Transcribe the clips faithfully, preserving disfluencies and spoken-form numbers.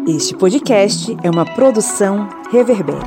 Este podcast é uma produção Reverber.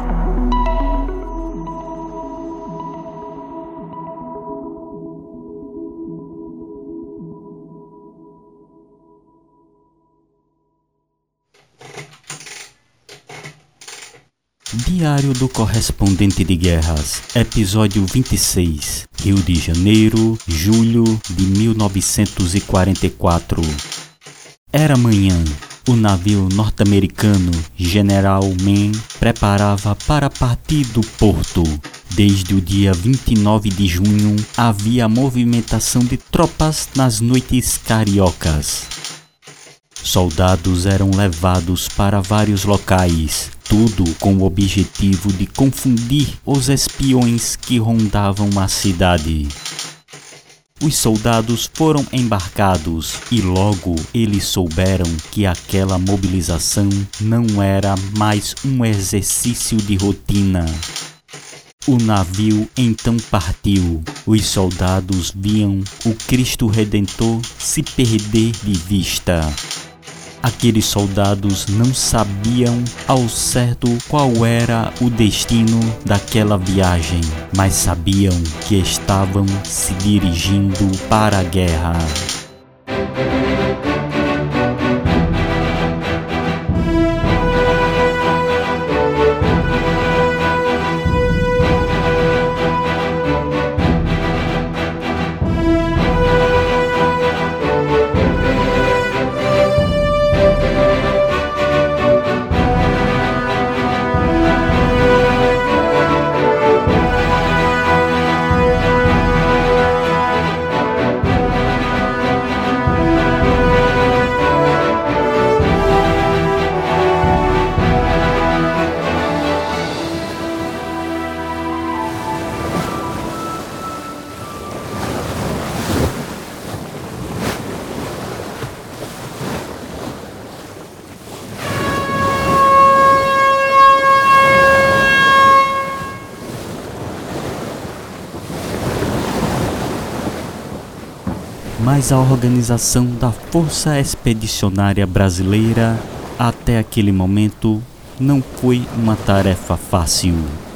Diário do Correspondente de Guerras, episódio vinte e seis, Rio de Janeiro, julho de mil novecentos e quarenta e quatro. Era manhã. O navio norte-americano General Mann preparava para partir do porto. Desde o dia vinte e nove de junho havia movimentação de tropas nas noites cariocas. Soldados eram levados para vários locais, tudo com o objetivo de confundir os espiões que rondavam a cidade. Os soldados foram embarcados e logo eles souberam que aquela mobilização não era mais um exercício de rotina. O navio então partiu. Os soldados viam o Cristo Redentor se perder de vista. Aqueles soldados não sabiam ao certo qual era o destino daquela viagem, mas sabiam que estavam se dirigindo para a guerra. Mas a organização da Força Expedicionária Brasileira, até aquele momento, não foi uma tarefa fácil.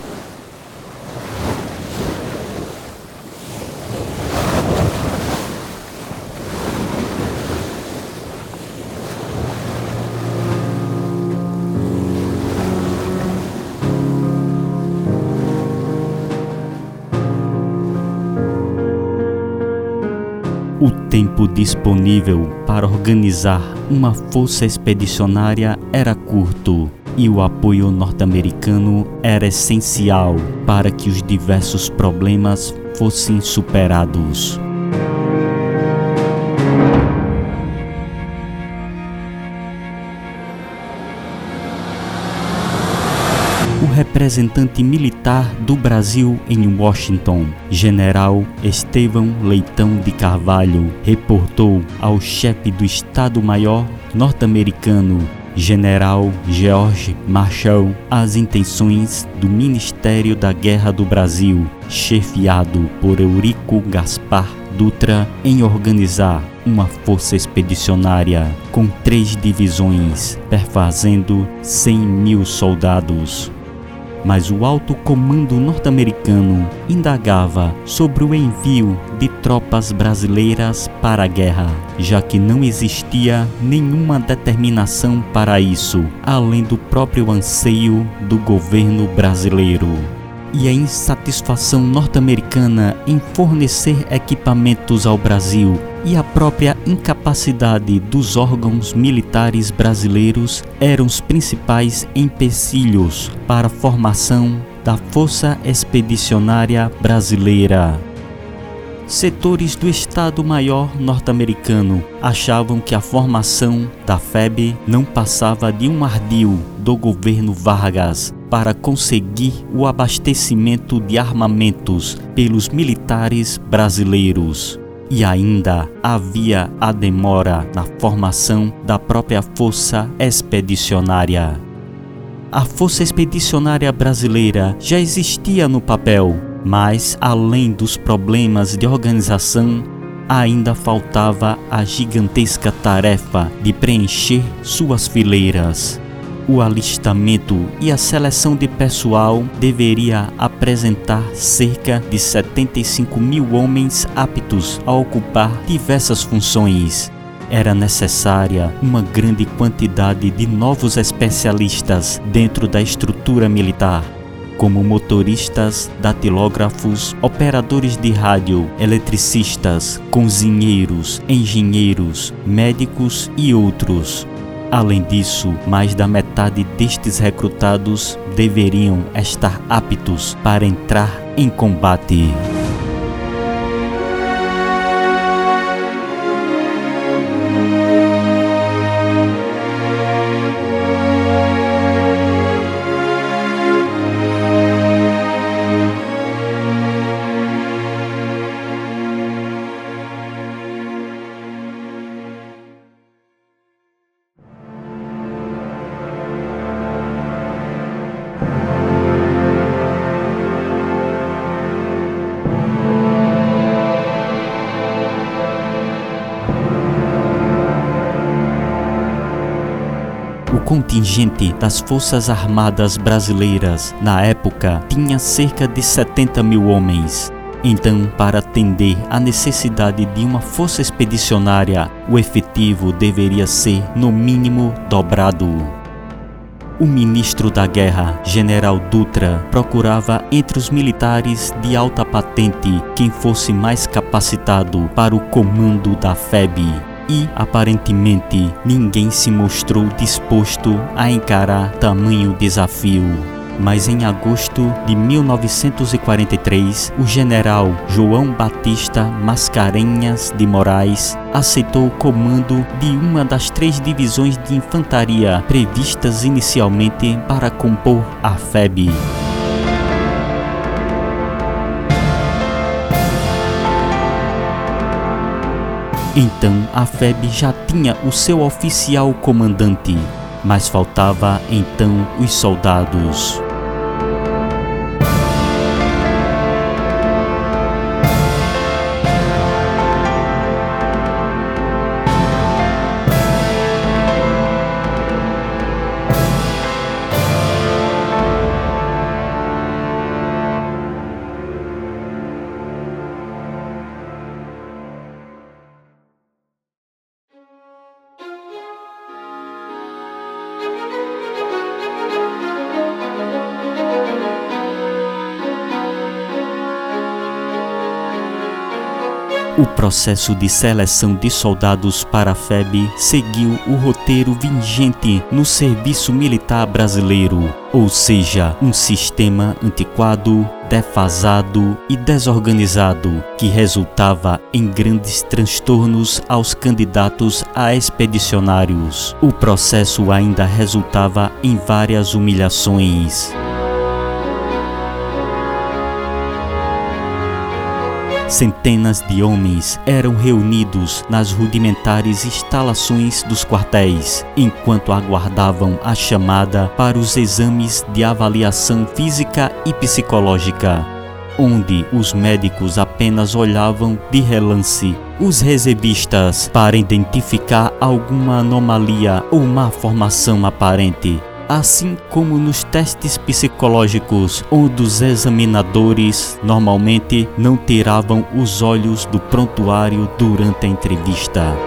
O tempo disponível para organizar uma força expedicionária era curto e o apoio norte-americano era essencial para que os diversos problemas fossem superados. O representante militar do Brasil em Washington, General Estevão Leitão de Carvalho, reportou ao chefe do Estado-Maior norte-americano, General George Marshall, as intenções do Ministério da Guerra do Brasil, chefiado por Eurico Gaspar Dutra, em organizar uma força expedicionária com três divisões, perfazendo cem mil soldados. Mas o alto comando norte-americano indagava sobre o envio de tropas brasileiras para a guerra, já que não existia nenhuma determinação para isso, além do próprio anseio do governo brasileiro. E a insatisfação norte-americana em fornecer equipamentos ao Brasil e a própria incapacidade dos órgãos militares brasileiros eram os principais empecilhos para a formação da Força Expedicionária Brasileira. Setores do Estado-Maior norte-americano achavam que a formação da F E B não passava de um ardil do governo Vargas para conseguir o abastecimento de armamentos pelos militares brasileiros. E ainda havia a demora na formação da própria Força Expedicionária. A Força Expedicionária Brasileira já existia no papel, mas além dos problemas de organização, ainda faltava a gigantesca tarefa de preencher suas fileiras. O alistamento e a seleção de pessoal deveria apresentar cerca de setenta e cinco mil homens aptos a ocupar diversas funções. Era necessária uma grande quantidade de novos especialistas dentro da estrutura militar, como motoristas, datilógrafos, operadores de rádio, eletricistas, cozinheiros, engenheiros, médicos e outros. Além disso, mais da metade destes recrutados deveriam estar aptos para entrar em combate. O contingente das Forças Armadas Brasileiras, na época, tinha cerca de setenta mil homens. Então, para atender à necessidade de uma força expedicionária, o efetivo deveria ser, no mínimo, dobrado. O ministro da Guerra, General Dutra, procurava entre os militares de alta patente quem fosse mais capacitado para o comando da F E B. E, aparentemente, ninguém se mostrou disposto a encarar tamanho desafio. Mas em agosto de mil novecentos e quarenta e três, o general João Batista Mascarenhas de Moraes aceitou o comando de uma das três divisões de infantaria previstas inicialmente para compor a F E B. Então a F E B já tinha o seu oficial comandante, mas faltava então os soldados. O processo de seleção de soldados para a F E B seguiu o roteiro vigente no serviço militar brasileiro, ou seja, um sistema antiquado, defasado e desorganizado, que resultava em grandes transtornos aos candidatos a expedicionários. O processo ainda resultava em várias humilhações. Centenas de homens eram reunidos nas rudimentares instalações dos quartéis, enquanto aguardavam a chamada para os exames de avaliação física e psicológica, onde os médicos apenas olhavam de relance os reservistas para identificar alguma anomalia ou má formação aparente. Assim como nos testes psicológicos, onde os examinadores normalmente não tiravam os olhos do prontuário durante a entrevista.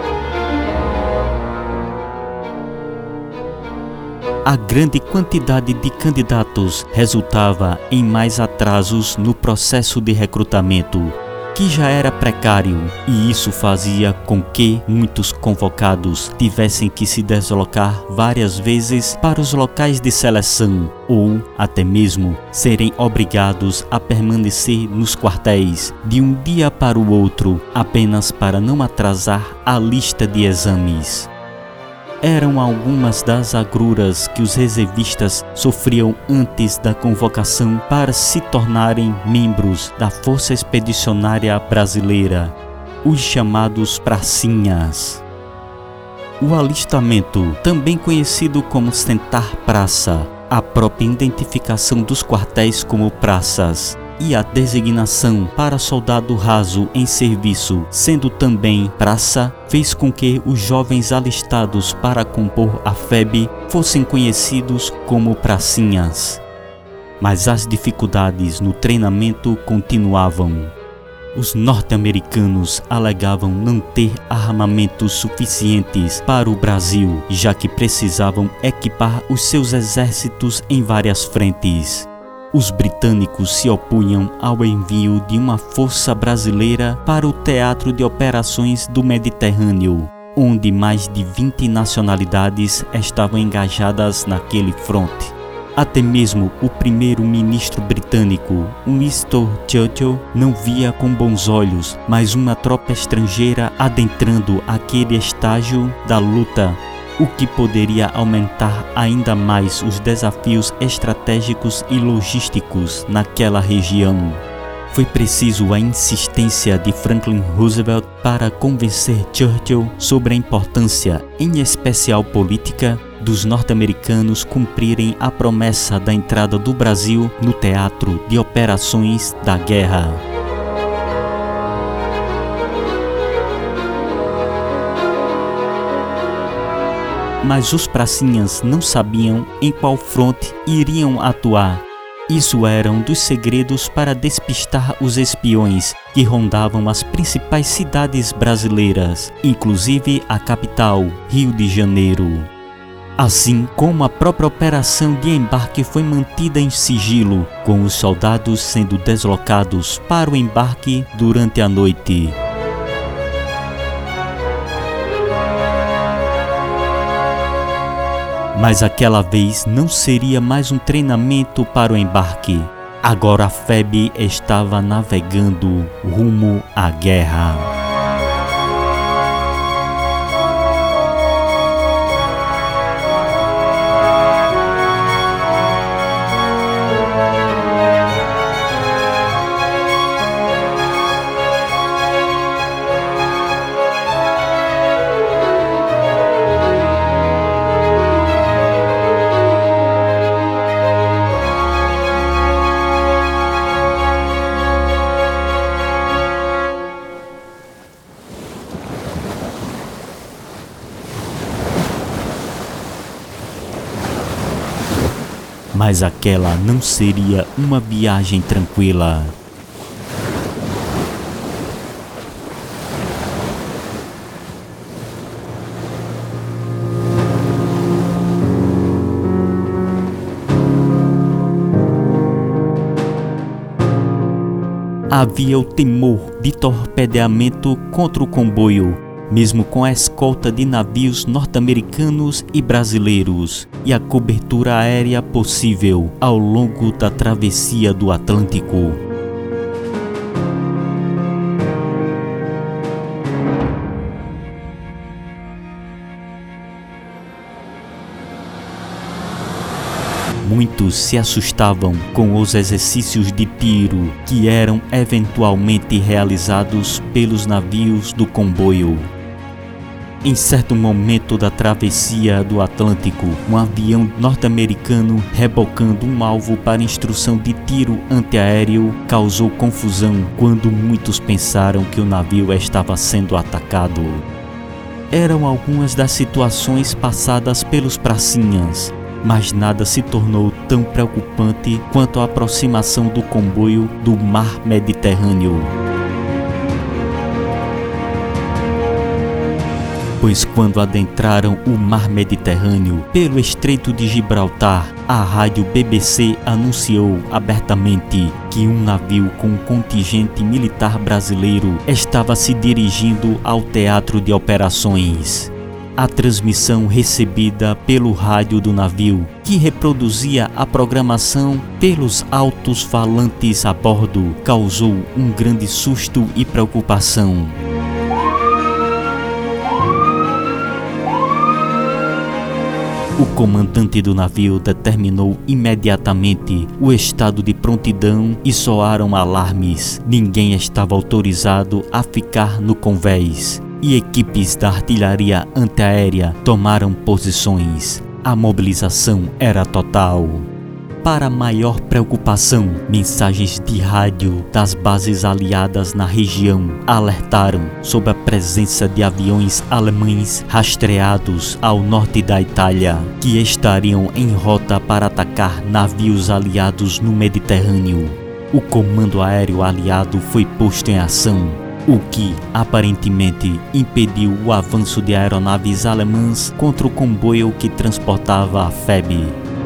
A grande quantidade de candidatos resultava em mais atrasos no processo de recrutamento, que já era precário, e isso fazia com que muitos convocados tivessem que se deslocar várias vezes para os locais de seleção, ou até mesmo serem obrigados a permanecer nos quartéis de um dia para o outro, apenas para não atrasar a lista de exames. Eram algumas das agruras que os reservistas sofriam antes da convocação para se tornarem membros da Força Expedicionária Brasileira, os chamados pracinhas. O alistamento, também conhecido como sentar praça, a própria identificação dos quartéis como praças, e a designação para soldado raso em serviço, sendo também praça, fez com que os jovens alistados para compor a F E B fossem conhecidos como pracinhas. Mas as dificuldades no treinamento continuavam. Os norte-americanos alegavam não ter armamentos suficientes para o Brasil, já que precisavam equipar os seus exércitos em várias frentes. Os britânicos se opunham ao envio de uma força brasileira para o teatro de operações do Mediterrâneo, onde mais de vinte nacionalidades estavam engajadas naquele fronte. Até mesmo o primeiro-ministro britânico, Winston Churchill, não via com bons olhos mais uma tropa estrangeira adentrando aquele estágio da luta, o que poderia aumentar ainda mais os desafios estratégicos e logísticos naquela região. Foi preciso a insistência de Franklin Roosevelt para convencer Churchill sobre a importância, em especial política, dos norte-americanos cumprirem a promessa da entrada do Brasil no teatro de operações da guerra. Mas os pracinhas não sabiam em qual fronte iriam atuar. Isso era um dos segredos para despistar os espiões que rondavam as principais cidades brasileiras, inclusive a capital, Rio de Janeiro. Assim como a própria operação de embarque foi mantida em sigilo, com os soldados sendo deslocados para o embarque durante a noite. Mas aquela vez não seria mais um treinamento para o embarque. Agora a F E B estava navegando rumo à guerra. Mas aquela não seria uma viagem tranquila. Havia o temor de torpedeamento contra o comboio, mesmo com a escolta de navios norte-americanos e brasileiros, e a cobertura aérea possível ao longo da travessia do Atlântico. Muitos se assustavam com os exercícios de tiro que eram eventualmente realizados pelos navios do comboio. Em certo momento da travessia do Atlântico, um avião norte-americano rebocando um alvo para instrução de tiro antiaéreo causou confusão quando muitos pensaram que o navio estava sendo atacado. Eram algumas das situações passadas pelos pracinhas, mas nada se tornou tão preocupante quanto a aproximação do comboio do Mar Mediterrâneo. Pois quando adentraram o Mar Mediterrâneo pelo Estreito de Gibraltar, a rádio B B C anunciou abertamente que um navio com um contingente militar brasileiro estava se dirigindo ao teatro de operações. A transmissão recebida pelo rádio do navio, que reproduzia a programação pelos altos-falantes a bordo, causou um grande susto e preocupação. O comandante do navio determinou imediatamente o estado de prontidão e soaram alarmes. Ninguém estava autorizado a ficar no convés e equipes da artilharia antiaérea tomaram posições. A mobilização era total. para maior preocupação, mensagens de rádio das bases aliadas na região alertaram sobre a presença de aviões alemães rastreados ao norte da Itália, que estariam em rota para atacar navios aliados no Mediterrâneo. O comando aéreo aliado foi posto em ação, o que aparentemente impediu o avanço de aeronaves alemãs contra o comboio que transportava a F E B.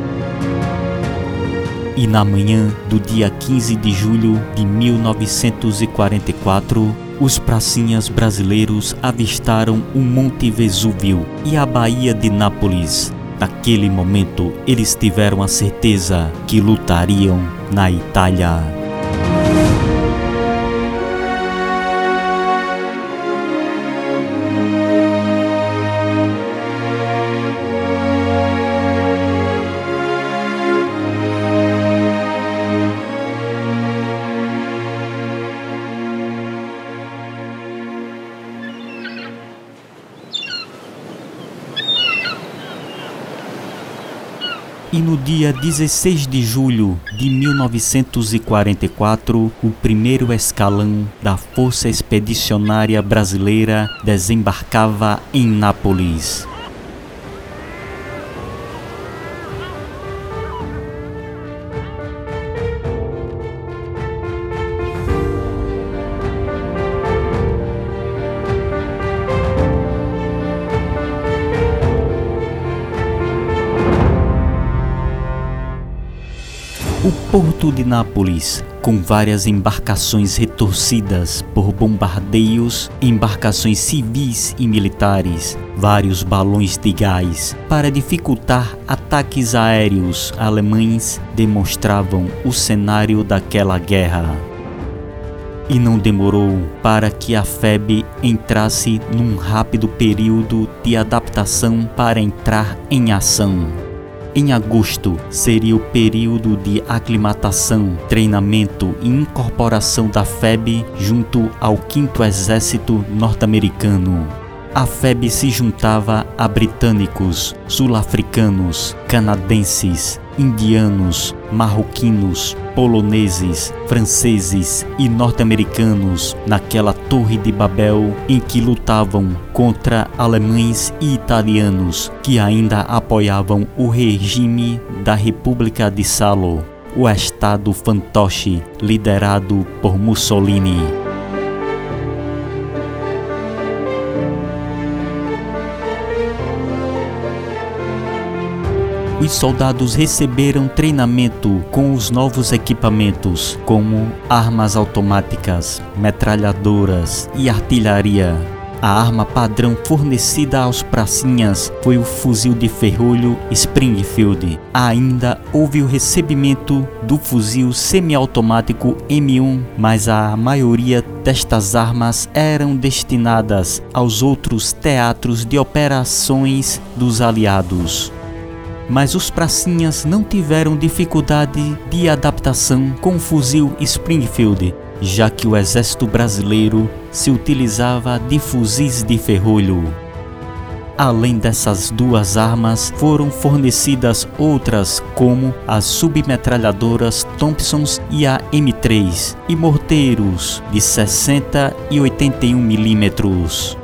E na manhã do dia quinze de julho de mil novecentos e quarenta e quatro, os pracinhas brasileiros avistaram o Monte Vesúvio e a Baía de Nápoles. Naquele momento, eles tiveram a certeza que lutariam na Itália. E no dia dezesseis de julho de mil novecentos e quarenta e quatro, o primeiro escalão da Força Expedicionária Brasileira desembarcava em Nápoles. O porto de Nápoles, com várias embarcações retorcidas por bombardeios, embarcações civis e militares, vários balões de gás, para dificultar ataques aéreos alemães, demonstravam o cenário daquela guerra. E não demorou para que a F E B entrasse num rápido período de adaptação para entrar em ação. Em agosto seria o período de aclimatação, treinamento e incorporação da F E B junto ao quinto Exército norte-americano. A F E B se juntava a britânicos, sul-africanos, canadenses, indianos, marroquinos, poloneses, franceses e norte-americanos naquela Torre de Babel em que lutavam contra alemães e italianos que ainda apoiavam o regime da República de Salo, o Estado fantoche liderado por Mussolini. Os soldados receberam treinamento com os novos equipamentos, como armas automáticas, metralhadoras e artilharia. A arma padrão fornecida aos pracinhas foi o fuzil de ferrolho Springfield. Ainda houve o recebimento do fuzil semiautomático M um, mas a maioria destas armas eram destinadas aos outros teatros de operações dos aliados. Mas os pracinhas não tiveram dificuldade de adaptação com o fuzil Springfield, já que o exército brasileiro se utilizava de fuzis de ferrolho. Além dessas duas armas, foram fornecidas outras como as submetralhadoras Thompson e a M três e morteiros de sessenta e oitenta e um milímetros.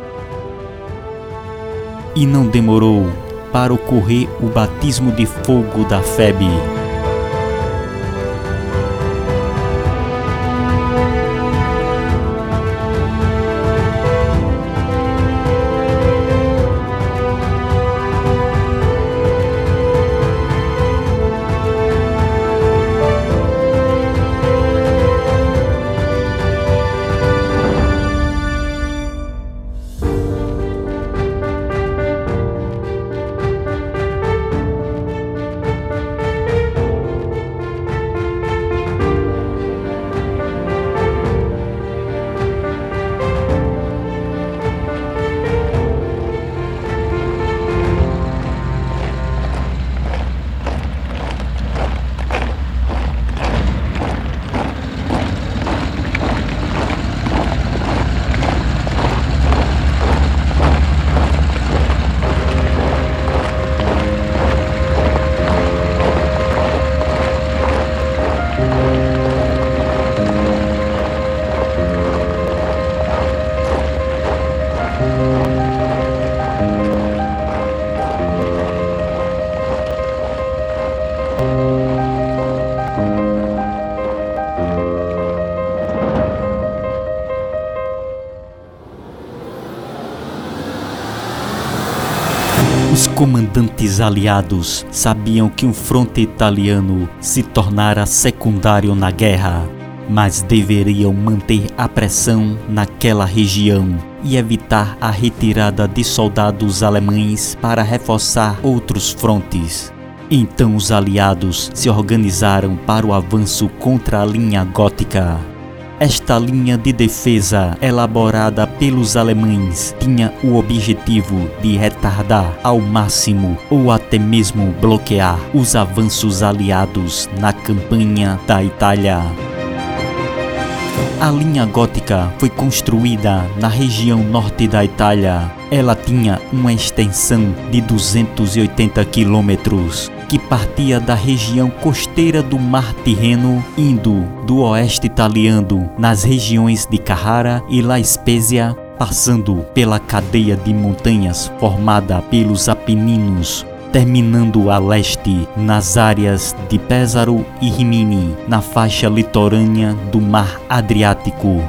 E não demorou para ocorrer o batismo de fogo da F E B. Os comandantes aliados sabiam que o fronte italiano se tornara secundário na guerra, mas deveriam manter a pressão naquela região e evitar a retirada de soldados alemães para reforçar outros frontes. Então os aliados se organizaram para o avanço contra a linha gótica. Esta linha de defesa, elaborada pelos alemães, tinha o objetivo de retardar ao máximo ou até mesmo bloquear os avanços aliados na campanha da Itália. A linha gótica foi construída na região norte da Itália. Ela tinha uma extensão de duzentos e oitenta quilômetros, que partia da região costeira do Mar Tirreno, indo do oeste italiano nas regiões de Carrara e La Spezia, passando pela cadeia de montanhas formada pelos Apeninos, terminando a leste nas áreas de Pesaro e Rimini, na faixa litorânea do Mar Adriático.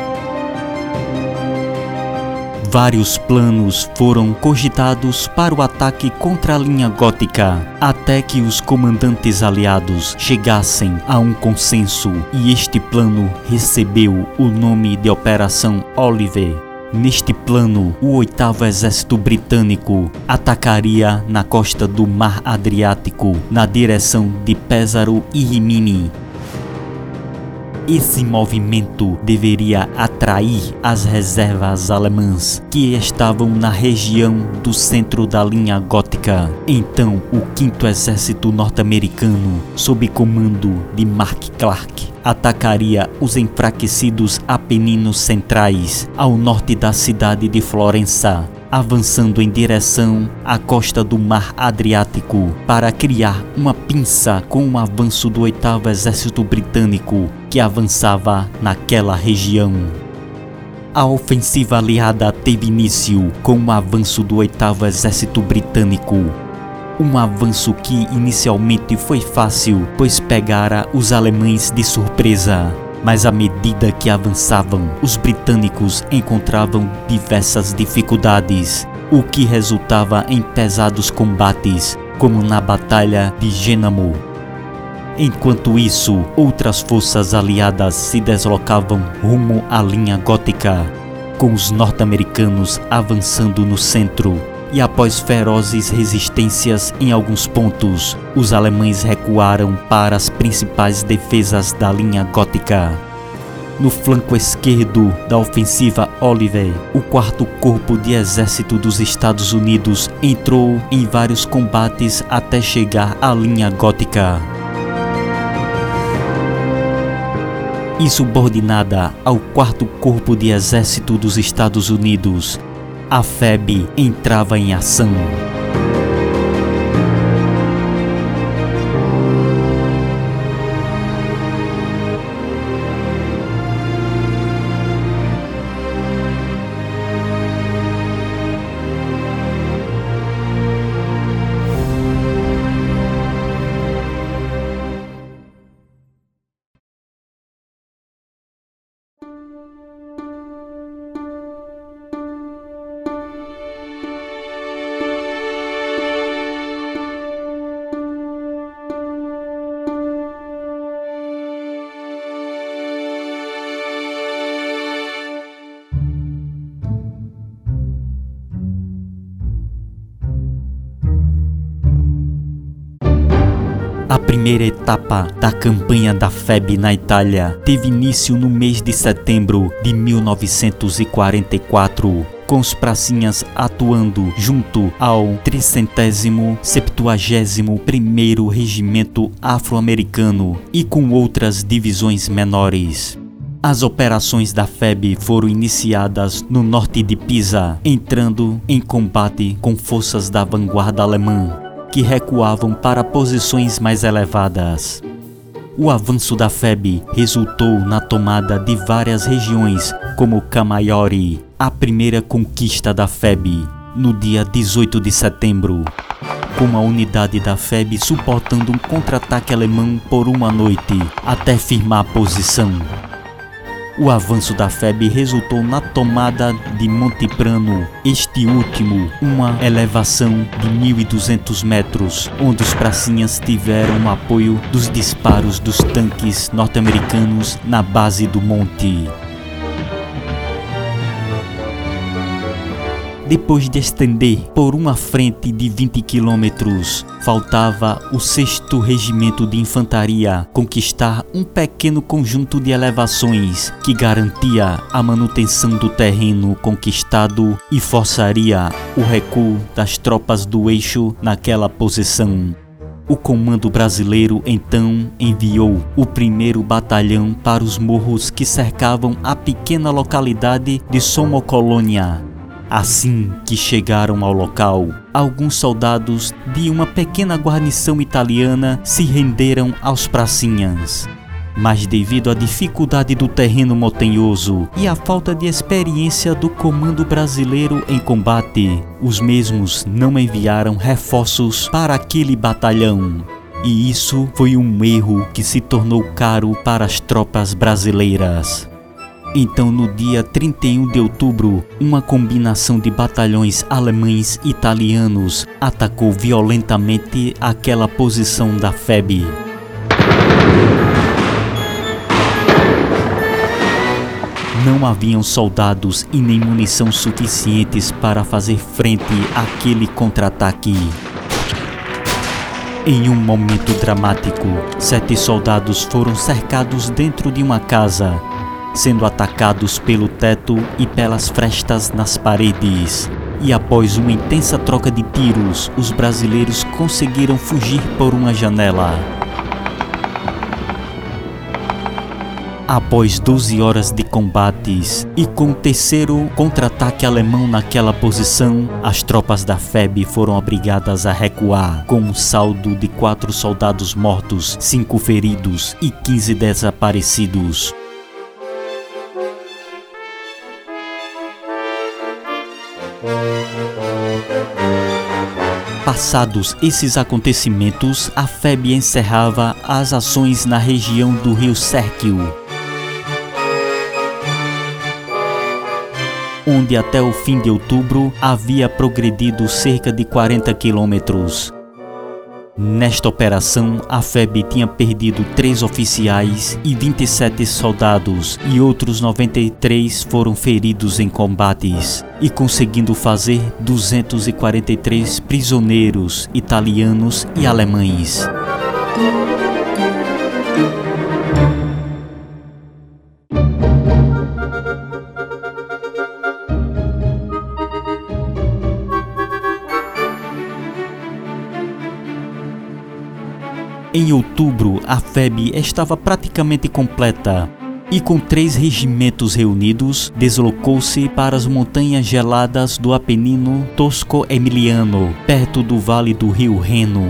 Vários planos foram cogitados para o ataque contra a linha gótica, até que os comandantes aliados chegassem a um consenso, e este plano recebeu o nome de Operação Olive. Neste plano, o oitavo Exército Britânico atacaria na costa do Mar Adriático, na direção de Pesaro e Rimini. Esse movimento deveria atrair as reservas alemãs que estavam na região do centro da linha gótica. Então, o quinto Exército Norte-Americano, sob comando de Mark Clark, atacaria os enfraquecidos Apeninos Centrais ao norte da cidade de Florença, avançando em direção à costa do Mar Adriático para criar uma pinça com o avanço do oitavo Exército Britânico que avançava naquela região. A ofensiva aliada teve início com o avanço do oitavo Exército Britânico. Um avanço que inicialmente foi fácil, pois pegara os alemães de surpresa. Mas à medida que avançavam, os britânicos encontravam diversas dificuldades, o que resultava em pesados combates, como na Batalha de Jennamo. Enquanto isso, outras forças aliadas se deslocavam rumo à linha gótica, com os norte-americanos avançando no centro. E após ferozes resistências em alguns pontos, os alemães recuaram para as principais defesas da linha gótica. No flanco esquerdo da ofensiva Olive, o quarto Corpo de Exército dos Estados Unidos entrou em vários combates até chegar à linha gótica. Insubordinada ao quarto Corpo de Exército dos Estados Unidos, a F E B entrava em ação. A primeira etapa da campanha da F E B na Itália teve início no mês de setembro de mil novecentos e quarenta e quatro, com os pracinhas atuando junto ao tricentésimo septuagésimo primeiro Regimento Afro-Americano e com outras divisões menores. As operações da F E B foram iniciadas no norte de Pisa, entrando em combate com forças da vanguarda alemã, que recuavam para posições mais elevadas. O avanço da F E B resultou na tomada de várias regiões, como Camaiore, a primeira conquista da F E B, no dia dezoito de setembro, com a unidade da F E B suportando um contra-ataque alemão por uma noite, até firmar a posição. O avanço da F E B resultou na tomada de Monte Prano, este último uma elevação de mil e duzentos metros, onde os pracinhas tiveram o apoio dos disparos dos tanques norte-americanos na base do monte. Depois de estender por uma frente de vinte quilômetros, faltava o sexto Regimento de Infantaria conquistar um pequeno conjunto de elevações que garantia a manutenção do terreno conquistado e forçaria o recuo das tropas do eixo naquela posição. O comando brasileiro então enviou o primeiro batalhão para os morros que cercavam a pequena localidade de Somocolônia. Assim que chegaram ao local, alguns soldados de uma pequena guarnição italiana se renderam aos pracinhas. Mas devido à dificuldade do terreno montanhoso e à falta de experiência do comando brasileiro em combate, os mesmos não enviaram reforços para aquele batalhão. E isso foi um erro que se tornou caro para as tropas brasileiras. Então, no dia trinta e um de outubro, uma combinação de batalhões alemães e italianos atacou violentamente aquela posição da F E B. Não haviam soldados e nem munição suficientes para fazer frente àquele contra-ataque. Em um momento dramático, sete soldados foram cercados dentro de uma casa, sendo atacados pelo teto e pelas frestas nas paredes. E após uma intensa troca de tiros, os brasileiros conseguiram fugir por uma janela. Após doze horas de combates e com o terceiro contra-ataque alemão naquela posição, as tropas da F E B foram obrigadas a recuar, com um saldo de quatro soldados mortos, cinco feridos e quinze desaparecidos. Passados esses acontecimentos, a F E B encerrava as ações na região do rio Sérquio, onde até o fim de outubro havia progredido cerca de quarenta quilômetros. Nesta operação, a F E B tinha perdido três oficiais e vinte e sete soldados, e outros noventa e três foram feridos em combates, e conseguindo fazer duzentos e quarenta e três prisioneiros italianos e alemães. Em outubro, a F E B estava praticamente completa e, com três regimentos reunidos, deslocou-se para as montanhas geladas do Apenino Tosco-Emiliano, perto do vale do rio Reno.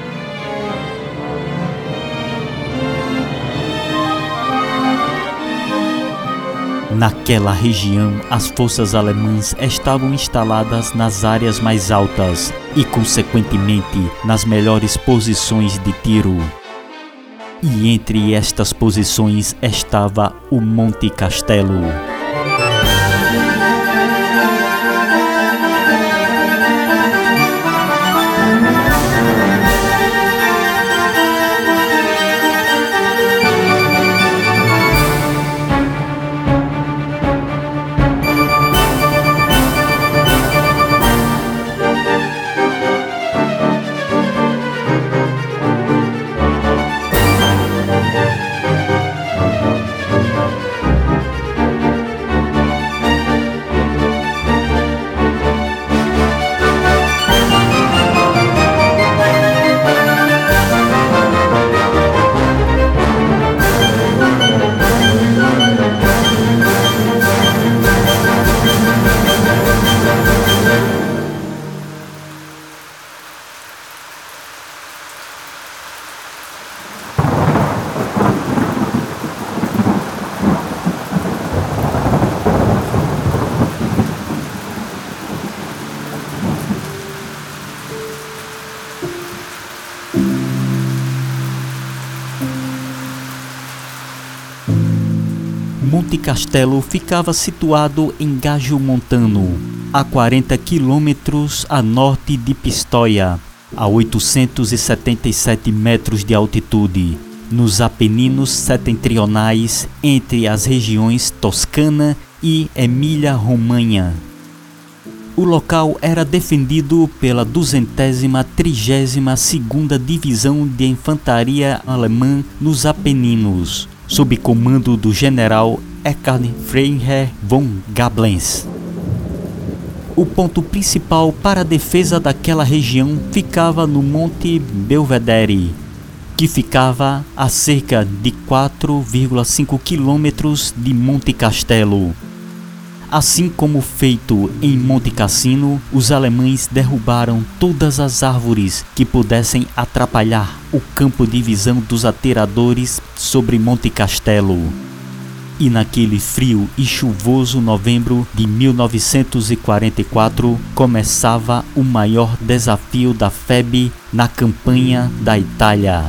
Naquela região, as forças alemãs estavam instaladas nas áreas mais altas e, consequentemente, nas melhores posições de tiro. E entre estas posições estava o Monte Castelo. Monte Castelo ficava situado em Regiomontano, a quarenta quilômetros a norte de Pistoia, a oitocentos e setenta e sete metros de altitude, nos Apeninos setentrionais entre as regiões Toscana e Emília-Romanha. O local era defendido pela duzentésima trigésima segunda Divisão de Infantaria Alemã nos Apeninos, sob comando do general Eckhard Freiherr von Gablenz. O ponto principal para a defesa daquela região ficava no Monte Belvedere, que ficava a cerca de quatro vírgula cinco quilômetros de Monte Castelo. Assim como feito em Monte Cassino, os alemães derrubaram todas as árvores que pudessem atrapalhar o campo de visão dos atiradores sobre Monte Castelo. E naquele frio e chuvoso novembro de mil novecentos e quarenta e quatro, começava o maior desafio da F E B na campanha da Itália.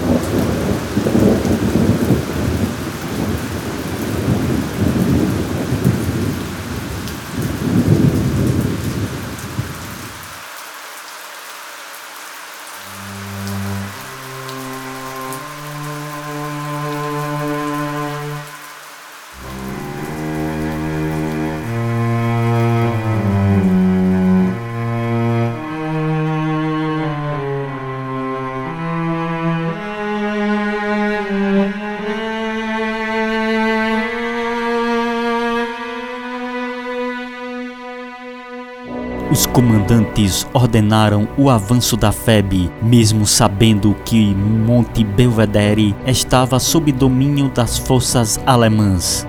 Os comandantes ordenaram o avanço da F E B, mesmo sabendo que Monte Belvedere estava sob domínio das forças alemãs.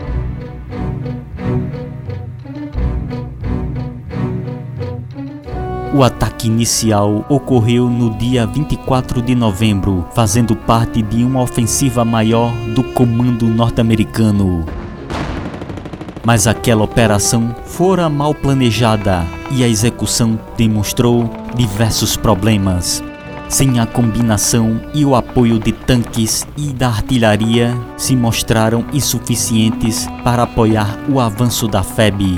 O ataque inicial ocorreu no dia vinte e quatro de novembro, fazendo parte de uma ofensiva maior do comando norte-americano. Mas aquela operação fora mal planejada e a execução demonstrou diversos problemas. Sem a combinação e o apoio de tanques e da artilharia, se mostraram insuficientes para apoiar o avanço da F E B.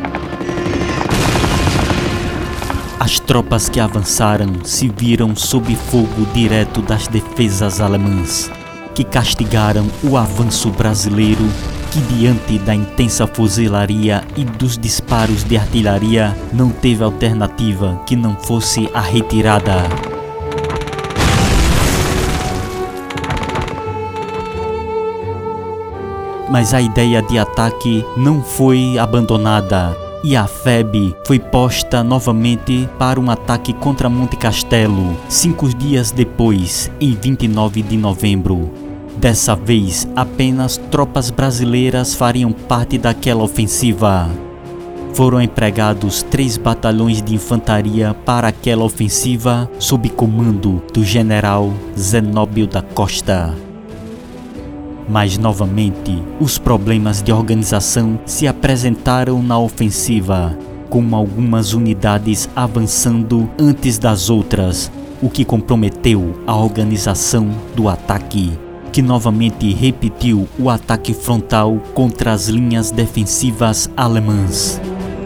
As tropas que avançaram se viram sob fogo direto das defesas alemãs, que castigaram o avanço brasileiro, que diante da intensa fuzilaria e dos disparos de artilharia não teve alternativa que não fosse a retirada. Mas a ideia de ataque não foi abandonada e a F E B foi posta novamente para um ataque contra Monte Castelo, cinco dias depois, em vinte e nove de novembro. Dessa vez, apenas tropas brasileiras fariam parte daquela ofensiva. Foram empregados três batalhões de infantaria para aquela ofensiva, sob comando do general Zenóbio da Costa. Mas, novamente, os problemas de organização se apresentaram na ofensiva, com algumas unidades avançando antes das outras, o que comprometeu a organização do ataque, que novamente repetiu o ataque frontal contra as linhas defensivas alemãs.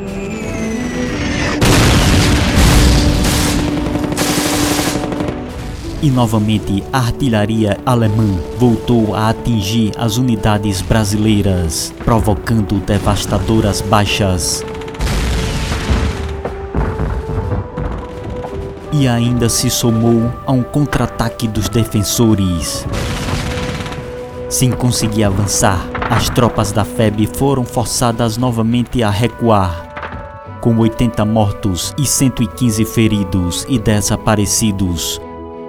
E novamente a artilharia alemã voltou a atingir as unidades brasileiras, provocando devastadoras baixas. E ainda se somou a um contra-ataque dos defensores. Sem conseguir avançar, as tropas da F E B foram forçadas novamente a recuar, com oitenta mortos e cento e quinze feridos e desaparecidos.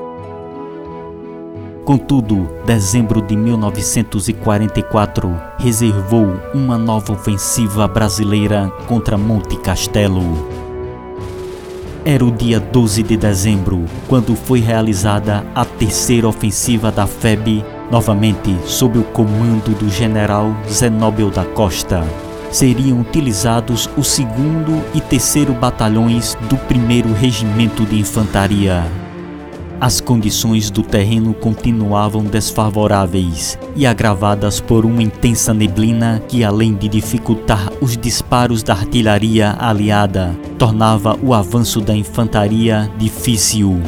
Contudo, dezembro de mil novecentos e quarenta e quatro reservou uma nova ofensiva brasileira contra Monte Castelo. Era o dia doze de dezembro, quando foi realizada a terceira ofensiva da F E B, novamente sob o comando do general Zenóbio da Costa. Seriam utilizados o segundo e terceiro batalhões do primeiro Regimento de Infantaria. As condições do terreno continuavam desfavoráveis e agravadas por uma intensa neblina que, além de dificultar os disparos da artilharia aliada, tornava o avanço da infantaria difícil.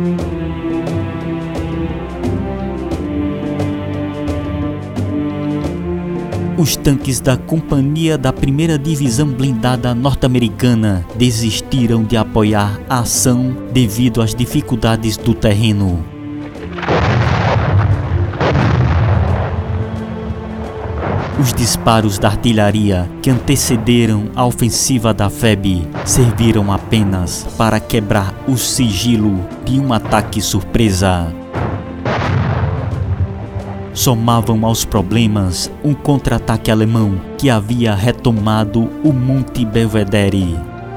Os tanques da Companhia da Primeira Divisão Blindada Norte-Americana desistiram de apoiar a ação devido às dificuldades do terreno. Os disparos da artilharia que antecederam a ofensiva da F E B serviram apenas para quebrar o sigilo de um ataque surpresa. Somavam aos problemas um contra-ataque alemão que havia retomado o Monte Belvedere.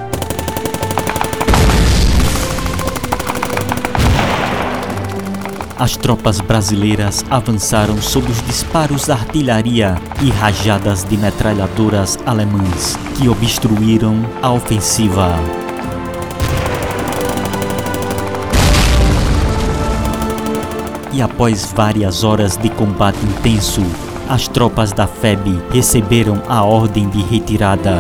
As tropas brasileiras avançaram sob os disparos da artilharia e rajadas de metralhadoras alemãs que obstruíram a ofensiva. E após várias horas de combate intenso, as tropas da F E B receberam a ordem de retirada.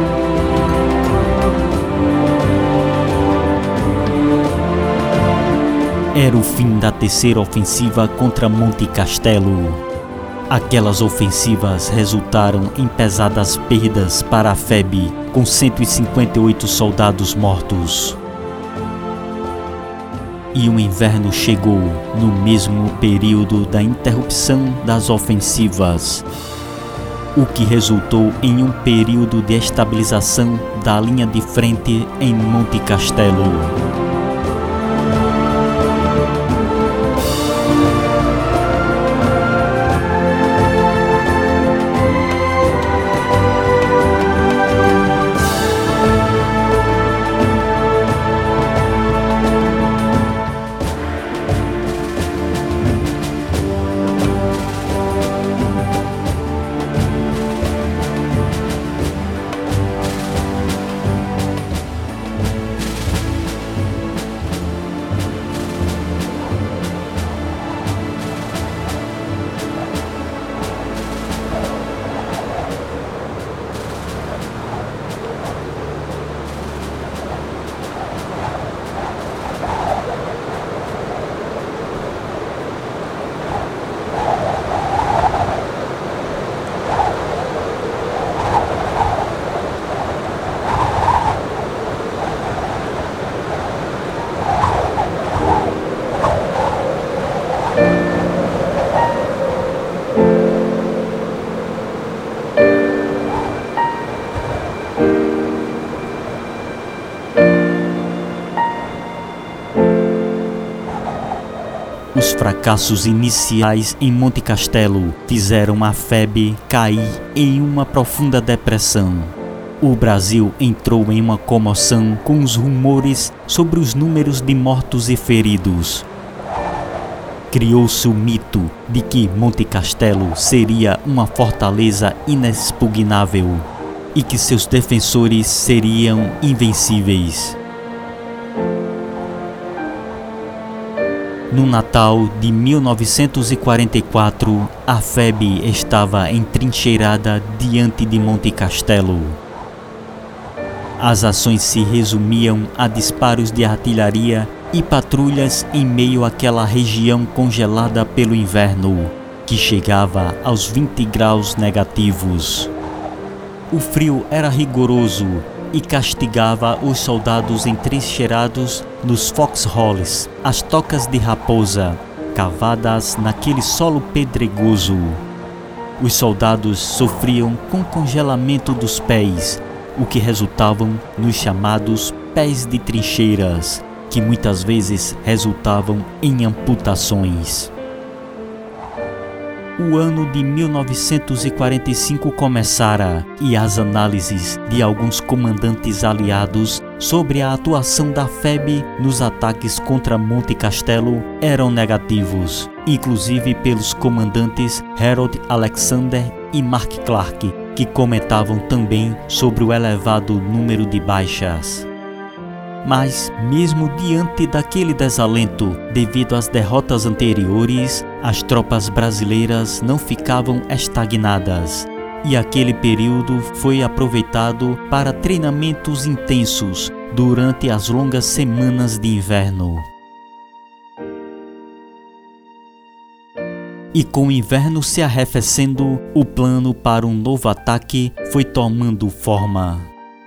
Era o fim da terceira ofensiva contra Monte Castelo. Aquelas ofensivas resultaram em pesadas perdas para a F E B, com cento e cinquenta e oito soldados mortos. E o inverno chegou no mesmo período da interrupção das ofensivas, o que resultou em um período de estabilização da linha de frente em Monte Castelo. Os fracassos iniciais em Monte Castelo fizeram a F E B cair em uma profunda depressão. O Brasil entrou em uma comoção com os rumores sobre os números de mortos e feridos. Criou-se o mito de que Monte Castelo seria uma fortaleza inexpugnável e que seus defensores seriam invencíveis. No Natal de mil novecentos e quarenta e quatro, a F E B estava entrincheirada diante de Monte Castelo. As ações se resumiam a disparos de artilharia e patrulhas em meio àquela região congelada pelo inverno, que chegava aos vinte graus negativos. O frio era rigoroso e castigava os soldados entrincheirados nos foxholes, as tocas de raposa, cavadas naquele solo pedregoso. Os soldados sofriam com congelamento dos pés, o que resultavam nos chamados pés de trincheiras, que muitas vezes resultavam em amputações. O ano de mil novecentos e quarenta e cinco começara e as análises de alguns comandantes aliados sobre a atuação da F E B nos ataques contra Monte Castelo eram negativos, inclusive pelos comandantes Harold Alexander e Mark Clark, que comentavam também sobre o elevado número de baixas. Mas, mesmo diante daquele desalento, devido às derrotas anteriores, as tropas brasileiras não ficavam estagnadas. E aquele período foi aproveitado para treinamentos intensos durante as longas semanas de inverno. E com o inverno se arrefecendo, o plano para um novo ataque foi tomando forma.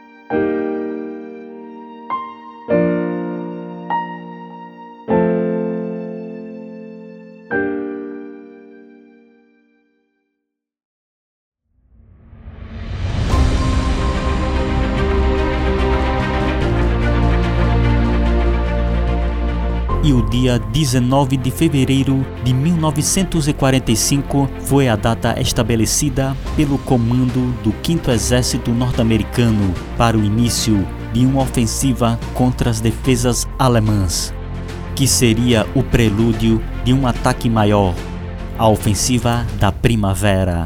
E o dia dezenove de fevereiro de mil novecentos e quarenta e cinco foi a data estabelecida pelo comando do quinto Exército Norte-Americano para o início de uma ofensiva contra as defesas alemãs, que seria o prelúdio de um ataque maior, a Ofensiva da Primavera.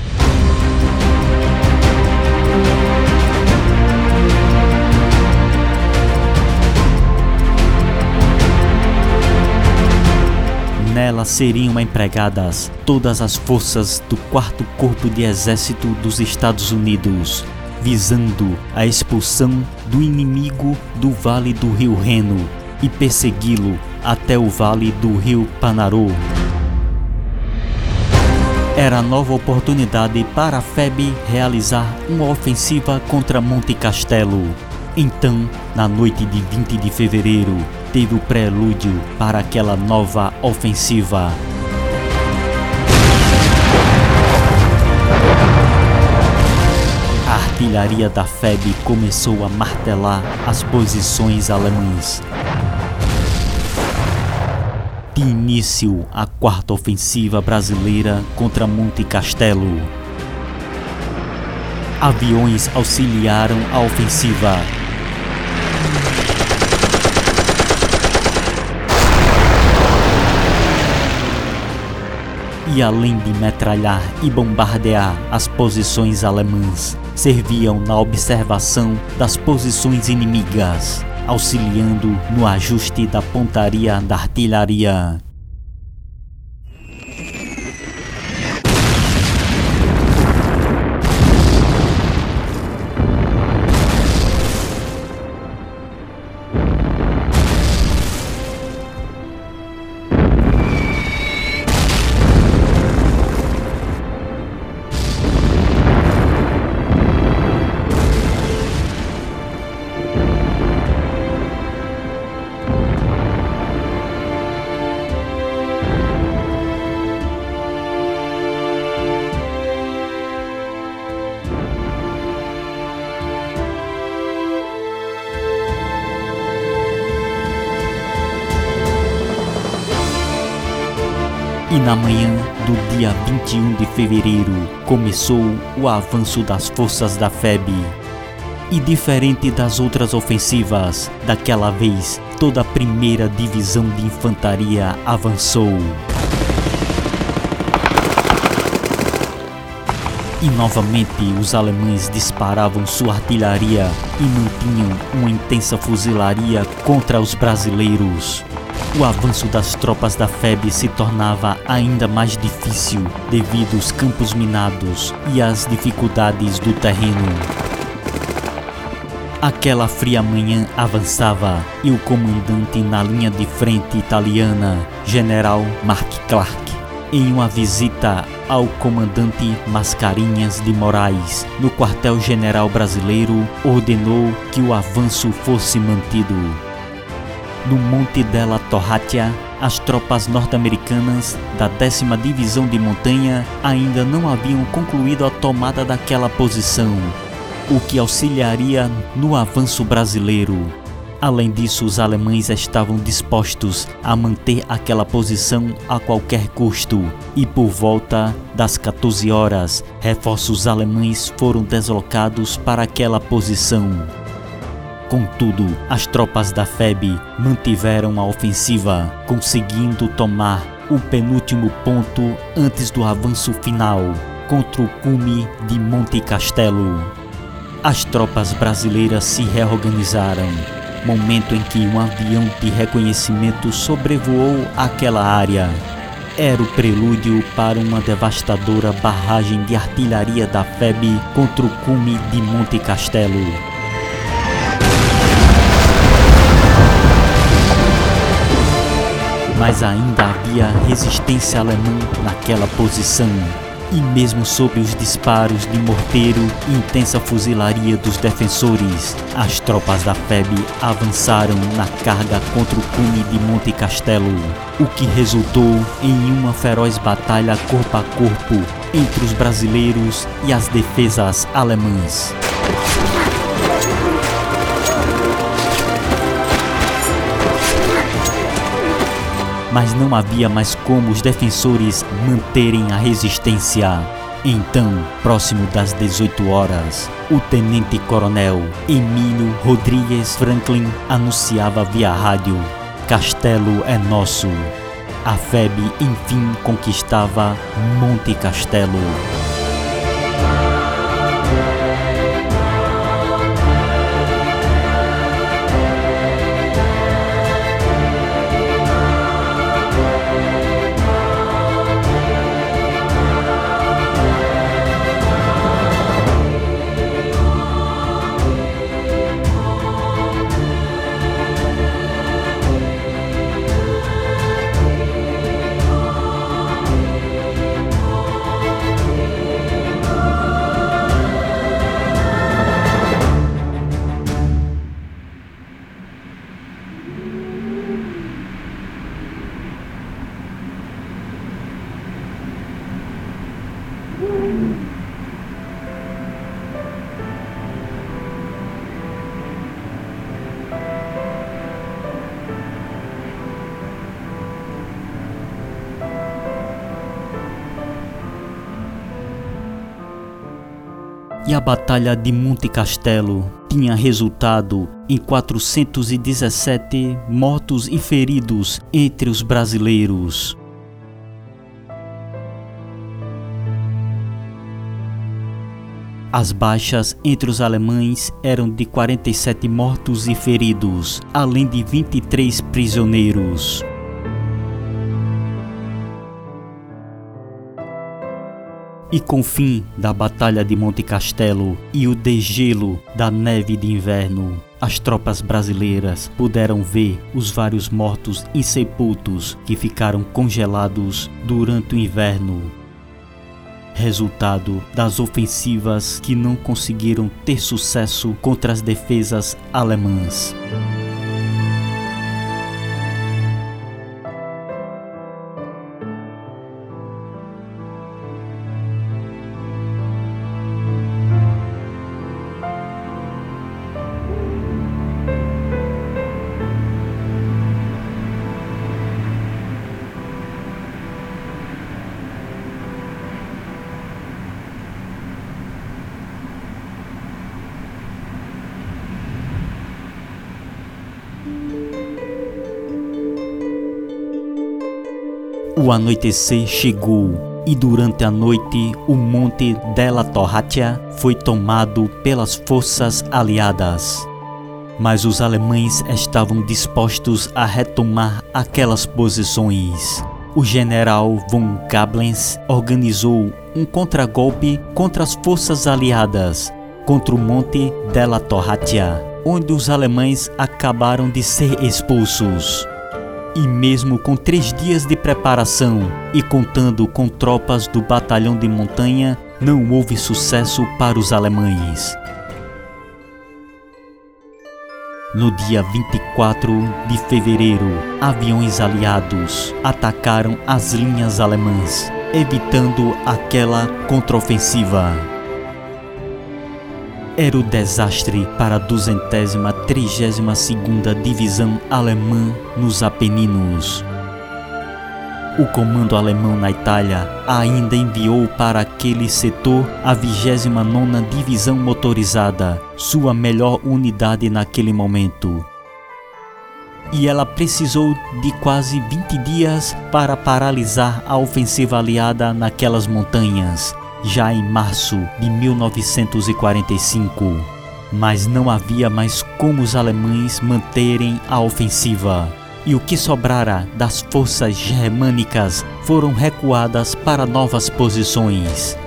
Nela seriam empregadas todas as forças do quarto Corpo de Exército dos Estados Unidos, visando a expulsão do inimigo do Vale do Rio Reno e persegui-lo até o Vale do Rio Panaró. Era a nova oportunidade para a F E B realizar uma ofensiva contra Monte Castelo. Então, na noite de vinte de fevereiro, teve o prelúdio para aquela nova ofensiva. A artilharia da F E B começou a martelar as posições alemãs. De início a quarta ofensiva brasileira contra Monte Castelo. Aviões auxiliaram a ofensiva. E além de metralhar e bombardear as posições alemãs, serviam na observação das posições inimigas, auxiliando no ajuste da pontaria da artilharia. E na manhã do dia vinte e um de fevereiro começou o avanço das forças da F E B. E diferente das outras ofensivas, daquela vez toda a primeira divisão de infantaria avançou. E novamente os alemães disparavam sua artilharia e mantinham uma intensa fuzilaria contra os brasileiros. O avanço das tropas da F E B se tornava ainda mais difícil devido aos campos minados e às dificuldades do terreno. Aquela fria manhã avançava e o comandante na linha de frente italiana, General Mark Clark, em uma visita ao comandante Mascarenhas de Moraes, no quartel-general brasileiro, ordenou que o avanço fosse mantido. No Monte della Torratia, as tropas norte-americanas da décima Divisão de Montanha ainda não haviam concluído a tomada daquela posição, o que auxiliaria no avanço brasileiro. Além disso, os alemães estavam dispostos a manter aquela posição a qualquer custo, e por volta das quatorze horas, reforços alemães foram deslocados para aquela posição. Contudo, as tropas da F E B mantiveram a ofensiva, conseguindo tomar o penúltimo ponto antes do avanço final, contra o cume de Monte Castelo. As tropas brasileiras se reorganizaram momento em que um avião de reconhecimento sobrevoou aquela área. Era o prelúdio para uma devastadora barragem de artilharia da F E B contra o cume de Monte Castelo. Mas ainda havia resistência alemã naquela posição. E mesmo sob os disparos de morteiro e intensa fuzilaria dos defensores, as tropas da F E B avançaram na carga contra o cume de Monte Castelo, o que resultou em uma feroz batalha corpo a corpo entre os brasileiros e as defesas alemãs. Mas não havia mais como os defensores manterem a resistência. Então, próximo das dezoito horas, o tenente-coronel Emílio Rodrigues Franklin anunciava via rádio: Castelo é nosso. A F E B enfim conquistava Monte Castelo. E a Batalha de Monte Castelo tinha resultado em quatrocentos e dezessete mortos e feridos entre os brasileiros. As baixas entre os alemães eram de quarenta e sete mortos e feridos, além de vinte e três prisioneiros. E com o fim da Batalha de Monte Castelo e o degelo da neve de inverno, as tropas brasileiras puderam ver os vários mortos insepultos que ficaram congelados durante o inverno. Resultado das ofensivas que não conseguiram ter sucesso contra as defesas alemãs. O anoitecer chegou e durante a noite o Monte della Torratia foi tomado pelas forças aliadas. Mas os alemães estavam dispostos a retomar aquelas posições. O general von Gablenz organizou um contragolpe contra as forças aliadas, contra o Monte della Torratia, onde os alemães acabaram de ser expulsos. E mesmo com três dias de preparação e contando com tropas do batalhão de montanha, não houve sucesso para os alemães. No dia vinte e quatro de fevereiro, aviões aliados atacaram as linhas alemãs, evitando aquela contraofensiva. Era o desastre para a duzentésima trigésima segunda Divisão Alemã nos Apeninos. O comando alemão na Itália ainda enviou para aquele setor a vigésima nona Divisão Motorizada, sua melhor unidade naquele momento. E ela precisou de quase vinte dias para paralisar a ofensiva aliada naquelas montanhas, já em março de mil novecentos e quarenta e cinco. Mas não havia mais como os alemães manterem a ofensiva. E o que sobrara das forças germânicas foram recuadas para novas posições.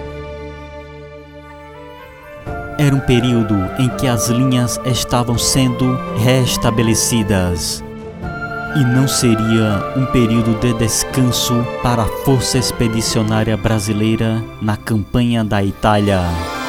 Era um período em que as linhas estavam sendo restabelecidas. E não seria um período de descanso para a Força Expedicionária Brasileira na campanha da Itália.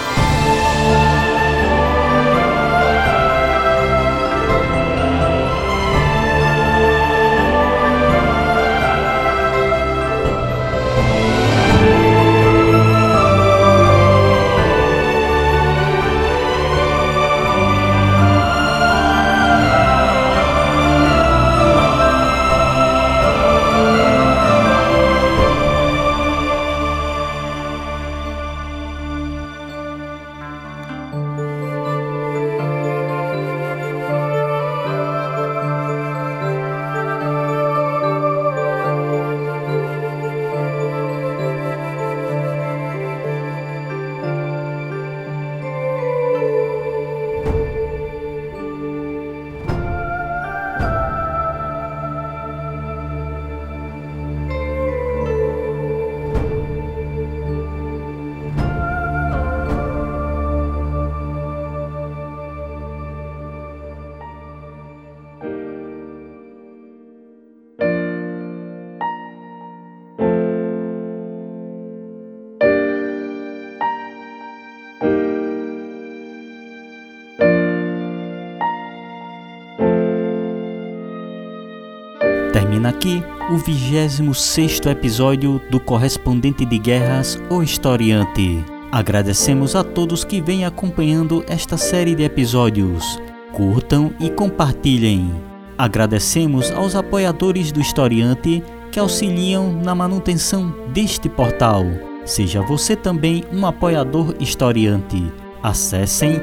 Termina aqui o vigésimo sexto episódio do Correspondente de Guerras, o Historiante. Agradecemos a todos que vêm acompanhando esta série de episódios. Curtam e compartilhem. Agradecemos aos apoiadores do Historiante que auxiliam na manutenção deste portal. Seja você também um apoiador historiante. Acessem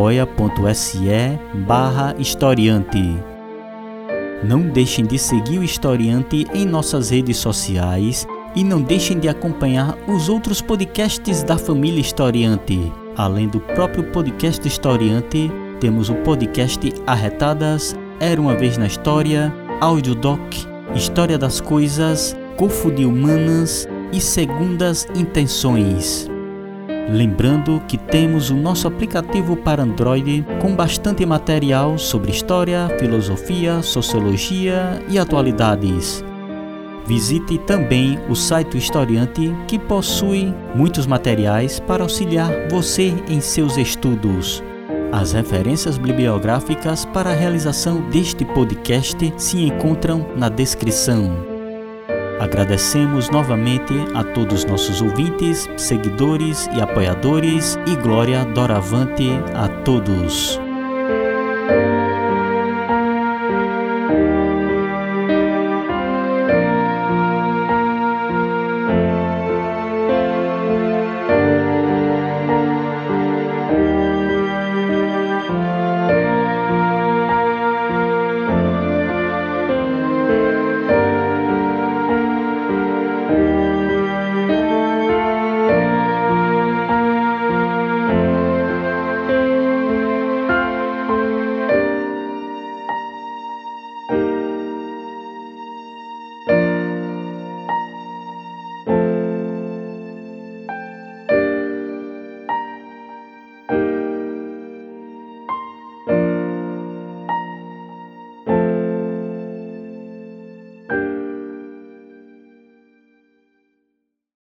apoia.se barra historiante. Não deixem de seguir o Historiante em nossas redes sociais e não deixem de acompanhar os outros podcasts da família Historiante. Além do próprio podcast Historiante, temos o podcast Arretadas, Era Uma Vez na História, Audiodoc, História das Coisas, Cofo de Humanas e Segundas Intenções. Lembrando que temos o nosso aplicativo para Android com bastante material sobre história, filosofia, sociologia e atualidades. Visite também o site do Historiante, que possui muitos materiais para auxiliar você em seus estudos. As referências bibliográficas para a realização deste podcast se encontram na descrição. Agradecemos novamente a todos os nossos ouvintes, seguidores e apoiadores, e glória doravante a todos.